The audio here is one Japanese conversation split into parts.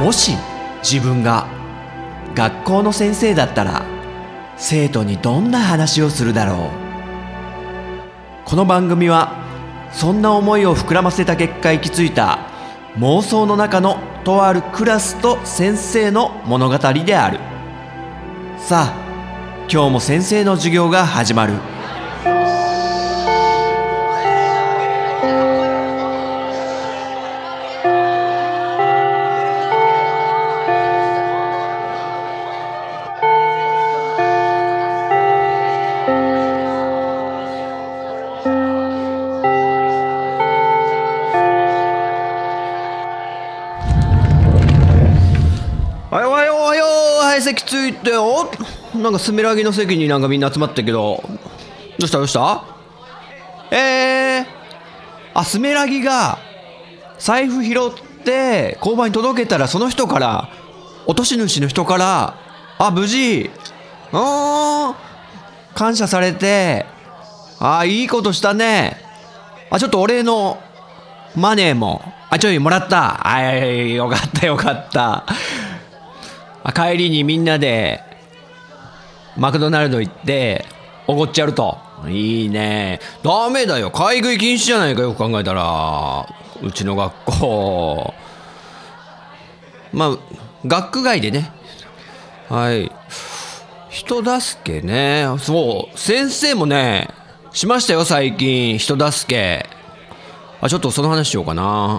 もし自分が学校の先生だったら生徒にどんな話をするだろう。この番組はそんな思いを膨らませた結果行き着いた妄想の中のとあるクラスと先生の物語である。さあ今日も先生の授業が始まる。席ついてよ。なんかスメラギの席になんかみんな集まってるけど、どうしたスメラギが財布拾って交番に届けたら、その人から落とし主の人から無事感謝されて、いいことしたね。ちょっとお礼のマネーもちょいもらった。よかった帰りにみんなでマクドナルド行っておごっちゃると。いいね。ダメだよ、買い食い禁止じゃないか、よく考えたら。うちの学校学区外でね。人助けね。そう先生もねしましたよ最近、人助け。ちょっとその話しようかな。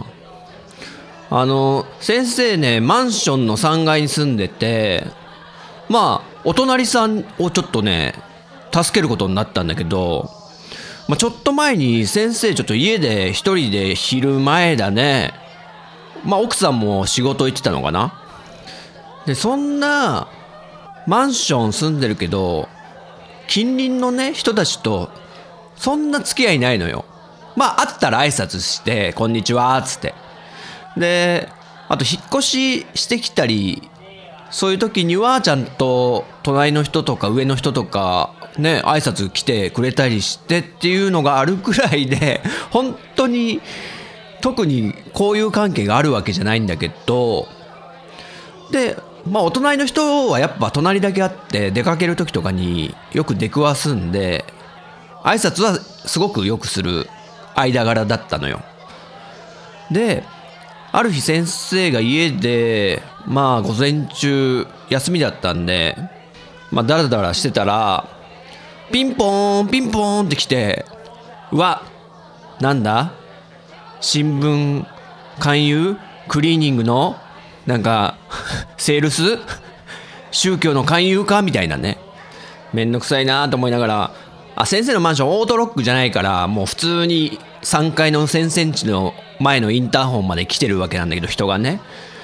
先生ね、マンションの3階に住んでて、お隣さんをちょっとね助けることになったんだけど、ちょっと前に先生ちょっと家で一人で昼前だね、奥さんも仕事行ってたのかな。でそんなマンション住んでるけど、近隣のね人たちとそんな付き合いないのよ。会ったら挨拶してこんにちはっつって、であと引っ越ししてきたり、そういう時にはちゃんと隣の人とか上の人とかね挨拶来てくれたりしてっていうのがあるくらいで、本当に特に交友関係があるわけじゃないんだけど、でお隣の人はやっぱ隣だけあって、出かける時とかによく出くわすんで、挨拶はすごくよくする間柄だったのよ。である日先生が家で午前中休みだったんでダラダラしてたら、ピンポーンって来て、なんだ新聞勧誘クリーニングのなんかセールス宗教の勧誘かみたいなね。めんどくさいなと思いながら、先生のマンションオートロックじゃないから、もう普通に3階の先々地の前のインターホンまで来てるわけなんだけど、人がね、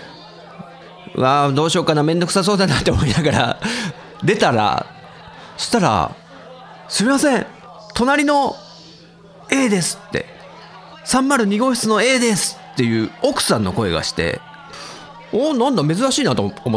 どうしようかな、めんどくさそうだなって思いながら出たら、そしたらすみません隣の A ですって、302号室の A ですっていう奥さんの声がして、なんだ珍しいなと思って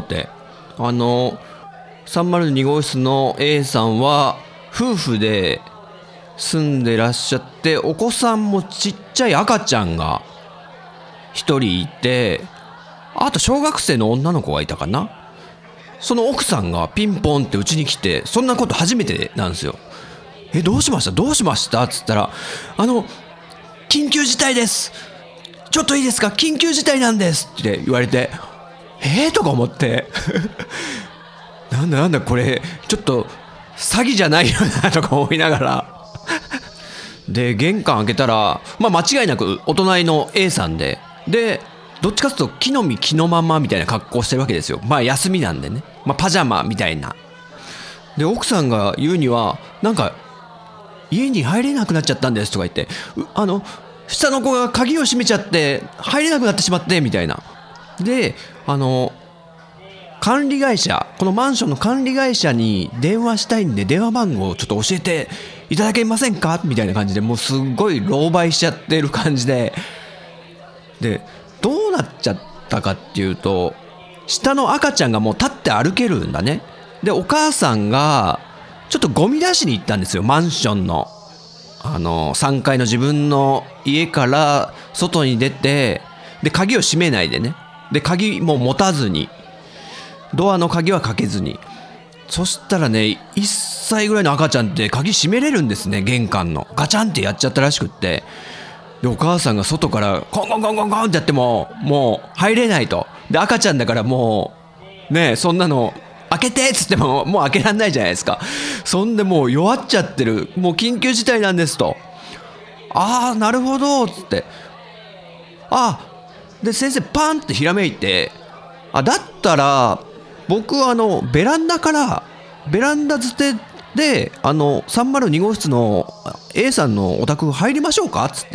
、302号室の A さんは夫婦で住んでらっしゃって、お子さんもちっちゃい赤ちゃんが一人いて、あと小学生の女の子がいたかな。その奥さんがピンポンってうちに来て、そんなこと初めてなんですよ。どうしましたっつったら、緊急事態です、ちょっといいですか、緊急事態なんですって言われて、とか思ってなんだこれ、ちょっと詐欺じゃないよなとか思いながらで玄関開けたら、間違いなくお隣の A さんで、どっちかというと木の実木のままみたいな格好してるわけですよ。休みなんでね、パジャマみたいな。で奥さんが言うには、なんか家に入れなくなっちゃったんですとか言って、下の子が鍵を閉めちゃって入れなくなってしまってみたいな。で管理会社、このマンションの管理会社に電話したいんで電話番号をちょっと教えていただけませんかみたいな感じで、もうすごい狼狽しちゃってる感じで、どうなっちゃったかっていうと、下の赤ちゃんがもう立って歩けるんだね。でお母さんがちょっとゴミ出しに行ったんですよ。マンションの3階の自分の家から外に出て、で鍵を閉めないでね、 で鍵も持たずに、ドアの鍵はかけずに、そしたらね、1歳ぐらいの赤ちゃんって鍵閉めれるんですね、玄関の。ガチャンってやっちゃったらしくって、でお母さんが外からコンコンコンコンコンってやってももう入れないと。で赤ちゃんだからもうね、そんなの開けてっつってももう開けらんないじゃないですか。そんでもう弱っちゃってる、もう緊急事態なんですと。ああなるほどっつって、で先生パンってひらめいて、だったら僕ベランダづてで302号室の A さんのお宅入りましょうかっつって、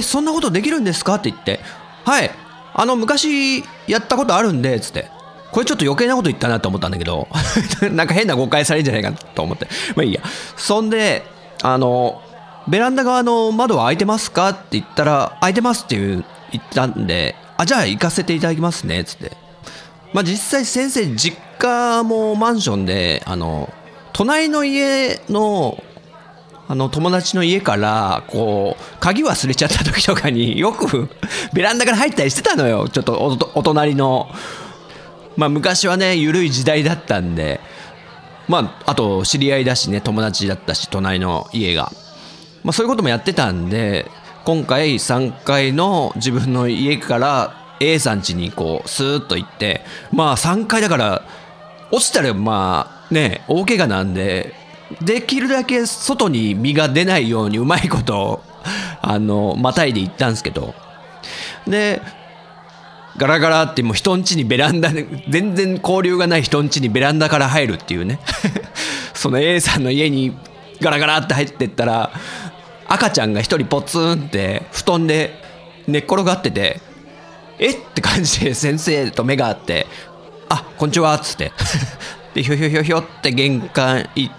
そんなことできるんですかって言って、はい、昔やったことあるんでつって、これちょっと余計なこと言ったなと思ったんだけどなんか変な誤解されるんじゃないかと思って、まあいいや。そんでベランダ側の窓は開いてますかって言ったら、開いてますって言ったんで、じゃあ行かせていただきますねつって、まあ実際先生実家もマンションで隣の家の友達の家からこう鍵忘れちゃった時とかによくベランダから入ったりしてたのよ。ちょっとお隣の、まあ昔はね緩い時代だったんで、まああと知り合いだしね、友達だったし隣の家が、まあそういうこともやってたんで、今回3階の自分の家から A さん家にこうスーッと行って、まあ3階だから落ちたらまあね大怪我なんで、できるだけ外に身が出ないようにうまいことまたいで行ったんですけど、でガラガラってもう人ん家にベランダで全然交流がない人ん家にベランダから入るっていうねその A さんの家にガラガラって入ってったら、赤ちゃんが一人ポツンって布団で寝っ転がってて、って感じで先生と目が合って、こんにちはっつってでひょひょひょひょって玄関行って、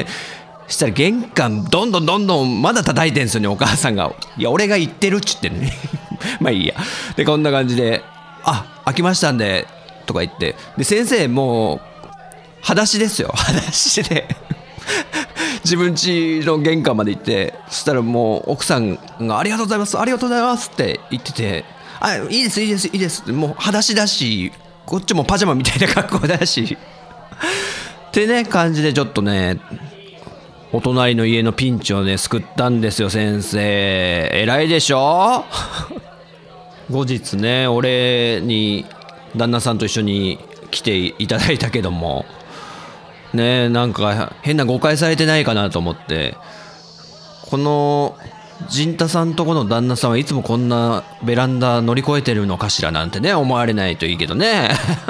したら玄関どんどんまだ叩いてんすよね、お母さんが。いや俺が行ってるっちってねまあいいや。でこんな感じで開きましたんでとか言って、で先生もう裸足ですよ、裸足で自分家の玄関まで行って、そしたらもう奥さんがありがとうございますありがとうございますって言ってて、いいですって、もう裸足だしこっちもパジャマみたいな格好だしってね感じで、ちょっとねお隣の家のピンチをね救ったんですよ先生。偉いでしょ後日ね俺に旦那さんと一緒に来ていただいたけどもね、なんか変な誤解されてないかなと思って、この陣太さんとこの旦那さんはいつもこんなベランダ乗り越えてるのかしらなんてね思われないといいけどね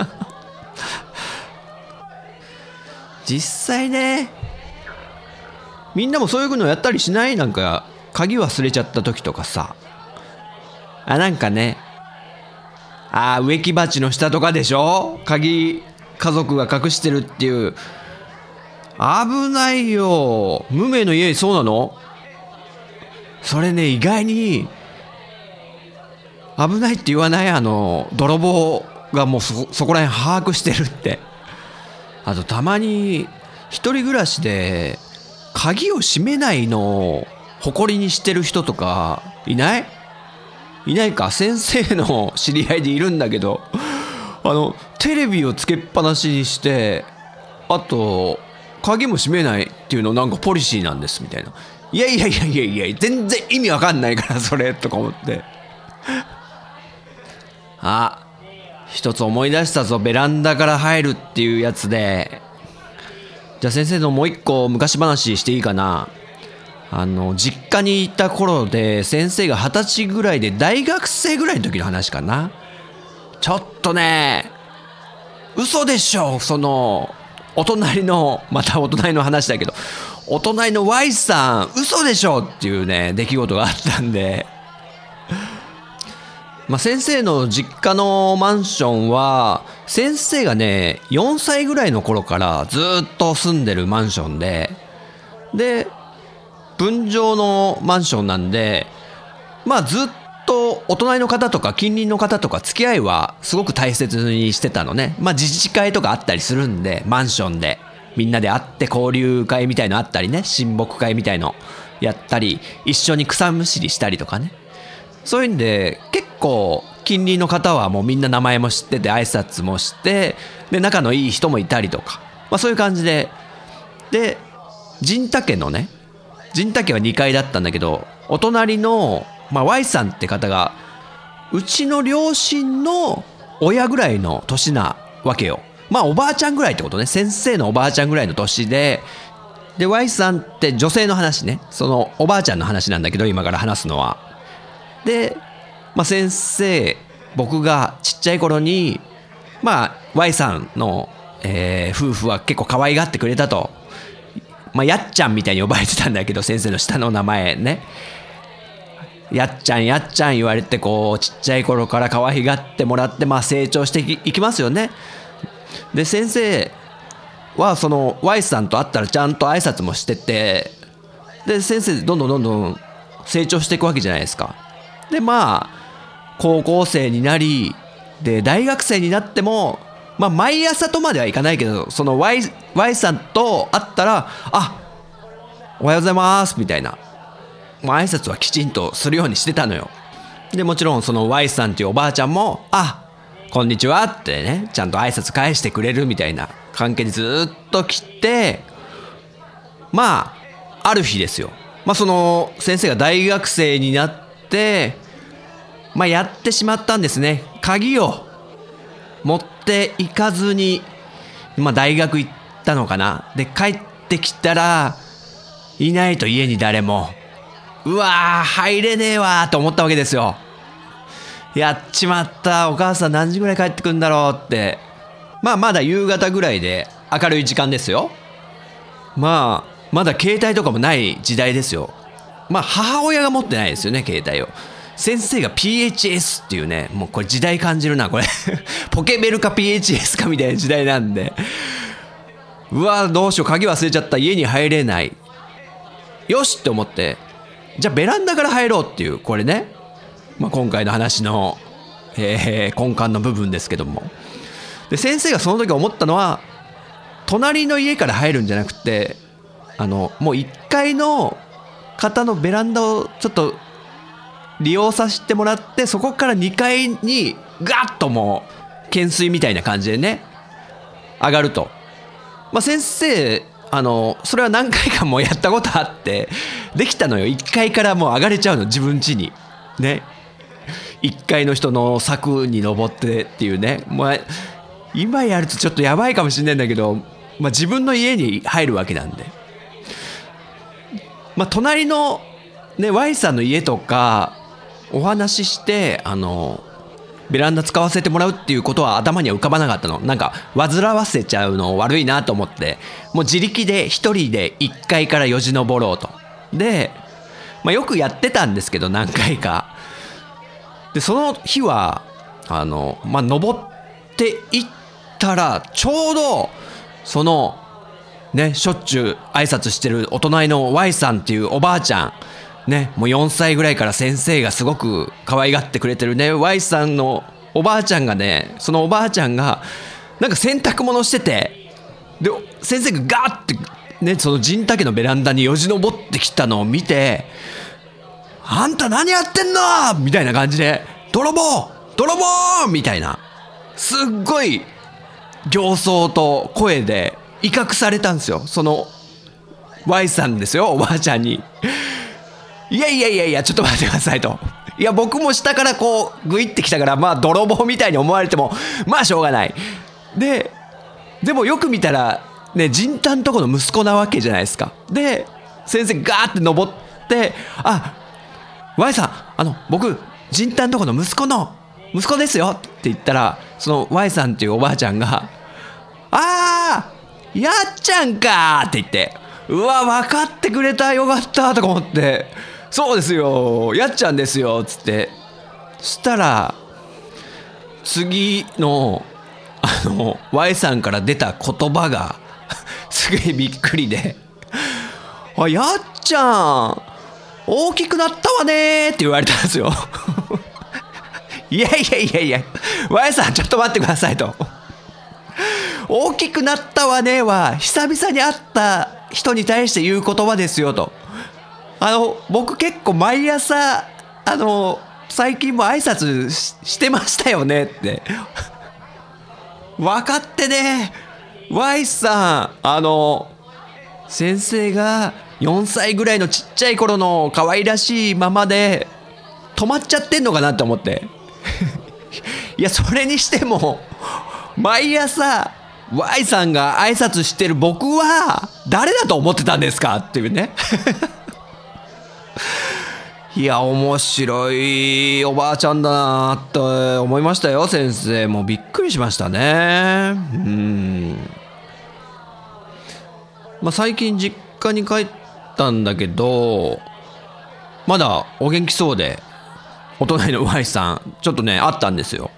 実際ねみんなもそういうのやったりしない？なんか鍵忘れちゃった時とかさ、なんかね植木鉢の下とかでしょ、鍵家族が隠してるっていう。危ないよ。無名の家そうなの？それね意外に危ないって言わない？泥棒がもうそこら辺把握してるって。あとたまに一人暮らしで鍵を閉めないのを誇りにしてる人とかいないか。先生の知り合いでいるんだけど、テレビをつけっぱなしにして、あと鍵も閉めないっていうのなんかポリシーなんですみたいな。いや全然意味わかんないからそれとか思って一つ思い出したぞ。ベランダから入るっていうやつで、じゃあ先生のもう一個昔話していいかな。実家にいた頃で、先生が20歳ぐらいで大学生ぐらいの時の話かな。ちょっとね嘘でしょ、お隣の話だけど、お隣の Y さん嘘でしょっていうね出来事があったんで、先生の実家のマンションは先生がね4歳ぐらいの頃からずっと住んでるマンションで分譲のマンションなんで、ずっとお隣の方とか近隣の方とか付き合いはすごく大切にしてたのね。自治会とかあったりするんで、マンションでみんなで会って交流会みたいのあったりね、親睦会みたいのやったり、一緒に草むしりしたりとかね、そういうんで結構近隣の方はもうみんな名前も知ってて挨拶もしてで仲のいい人もいたりとか、そういう感じで陣太家のね陣太家は2階だったんだけどお隣の、Y さんって方がうちの両親の親ぐらいの年なわけよ。おばあちゃんぐらいってことね。先生のおばあちゃんぐらいの年で Y さんって女性の話ね。そのおばあちゃんの話なんだけど今から話すのは。で、先生僕がちっちゃい頃にY さんの、夫婦は結構可愛がってくれたと。やっちゃんみたいに呼ばれてたんだけど先生の下の名前ね。やっちゃんやっちゃん言われてこうちっちゃい頃から可愛がってもらって成長していきますよね。で先生はその Y さんと会ったらちゃんと挨拶もしててで先生どんどん成長していくわけじゃないですか。で高校生になりで大学生になっても毎朝とまではいかないけどその Y さんと会ったらおはようございますみたいな挨拶はきちんとするようにしてたのよ。でもちろんその Y さんっていうおばあちゃんもこんにちはってねちゃんと挨拶返してくれるみたいな関係でずっと来てある日ですよ。その先生が大学生になってやってしまったんですね。鍵を持っていかずに大学行ったのかな。で帰ってきたらいないと家に誰も。うわー入れねえわーと思ったわけですよ。やっちまった。お母さん何時ぐらい帰ってくるんだろうって。まだ夕方ぐらいで明るい時間ですよ。まだ携帯とかもない時代ですよ。母親が持ってないですよね携帯を。先生が PHS っていうねもうこれ時代感じるなこれポケベルか PHS かみたいな時代なんでうわどうしよう鍵忘れちゃった家に入れないよしって思ってじゃあベランダから入ろうっていうこれね、今回の話の、根幹の部分ですけどもで先生がその時思ったのは隣の家から入るんじゃなくてもう1階の方のベランダをちょっと利用させてもらってそこから2階にガッともう懸垂みたいな感じでね上がると、先生それは何回かもやったことあってできたのよ。1階からもう上がれちゃうの自分家にね。1階の人の柵に登ってっていうね今やるとちょっとやばいかもしれないんだけど、自分の家に入るわけなんで隣のね Y さんの家とかお話ししてベランダ使わせてもらうっていうことは頭には浮かばなかったの。煩わせちゃうの悪いなと思ってもう自力で一人で1階からよじ登ろうと。で、よくやってたんですけど何回かでその日は登っていったらちょうどそのねしょっちゅう挨拶してるお隣の Y さんっていうおばあちゃんね、もう4歳ぐらいから先生がすごく可愛がってくれてるね Y さんのおばあちゃんがねそのおばあちゃんが洗濯物しててで先生がガーってねその陣太家のベランダによじ登ってきたのを見てあんた何やってんのみたいな感じで泥棒みたいなすっごい形相と声で威嚇されたんですよ。その Y さんですよおばあちゃんにいやちょっと待ってくださいと。いや僕も下からこうグイってきたから泥棒みたいに思われてもしょうがない。でもよく見たらね陣太んとこの息子なわけじゃないですか。で先生ガーって登ってY さん僕陣太んとこの息子ですよって言ったらその Y さんっていうおばあちゃんがやっちゃんかって言ってうわ分かってくれたよかったとか思ってそうですよやっちゃんですよつってそしたら次のY さんから出た言葉がすげえびっくりでやっちゃん大きくなったわねって言われたんですよいや Y さんちょっと待ってくださいと大きくなったわねは久々に会った人に対して言う言葉ですよと僕結構毎朝最近も挨拶 してましたよねって分かってね Y さん、先生が4歳ぐらいのちっちゃい頃の可愛らしいままで止まっちゃってんのかなって思っていやそれにしても毎朝 Y さんが挨拶してる僕は誰だと思ってたんですかっていうねいや面白いおばあちゃんだなって思いましたよ。先生もうびっくりしましたね。最近実家に帰ったんだけどまだお元気そうで、お隣の Y さんちょっとね会ったんですよ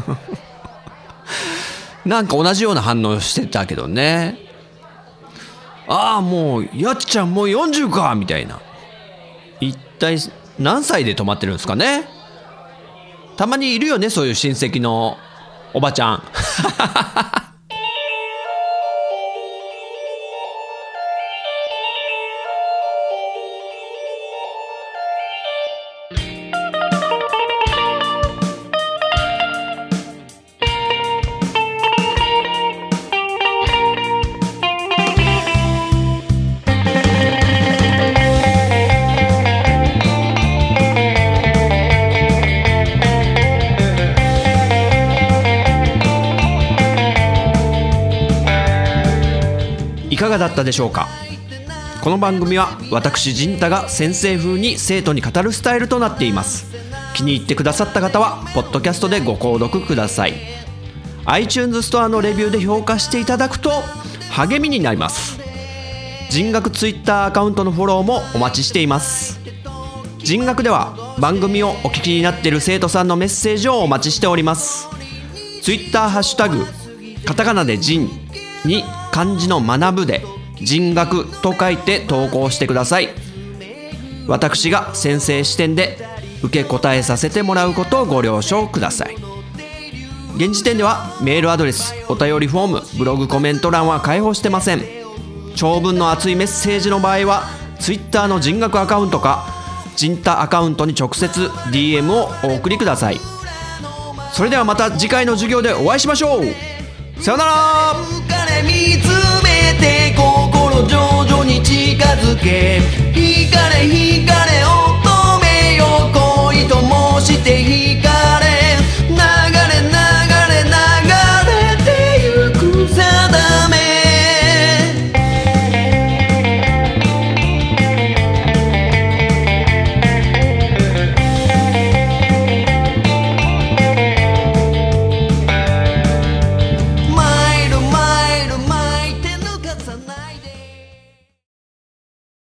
なんか同じような反応してたけどね。ああもうやっちゃんもう40かみたいな。一体何歳で泊まってるんですかね。たまにいるよねそういう親戚のおばちゃんいかがだったでしょうか。この番組は私陣太が先生風に生徒に語るスタイルとなっています。気に入ってくださった方はポッドキャストでご購読ください。 iTunes ストアのレビューで評価していただくと励みになります。人学 Twitter アカウントのフォローもお待ちしています。人学では番組をお聞きになっている生徒さんのメッセージをお待ちしております。 Twitter ハッシュタグカタカナで人に漢字の学ぶで人学と書いて投稿してください。私が先生視点で受け答えさせてもらうことをご了承ください。現時点ではメールアドレス、お便りフォーム、ブログコメント欄は開放してません。長文の熱いメッセージの場合は Twitter の人学アカウントか人太アカウントに直接 DM をお送りください。それではまた次回の授業でお会いしましょう。さよなら。見つめて心徐々に近づけ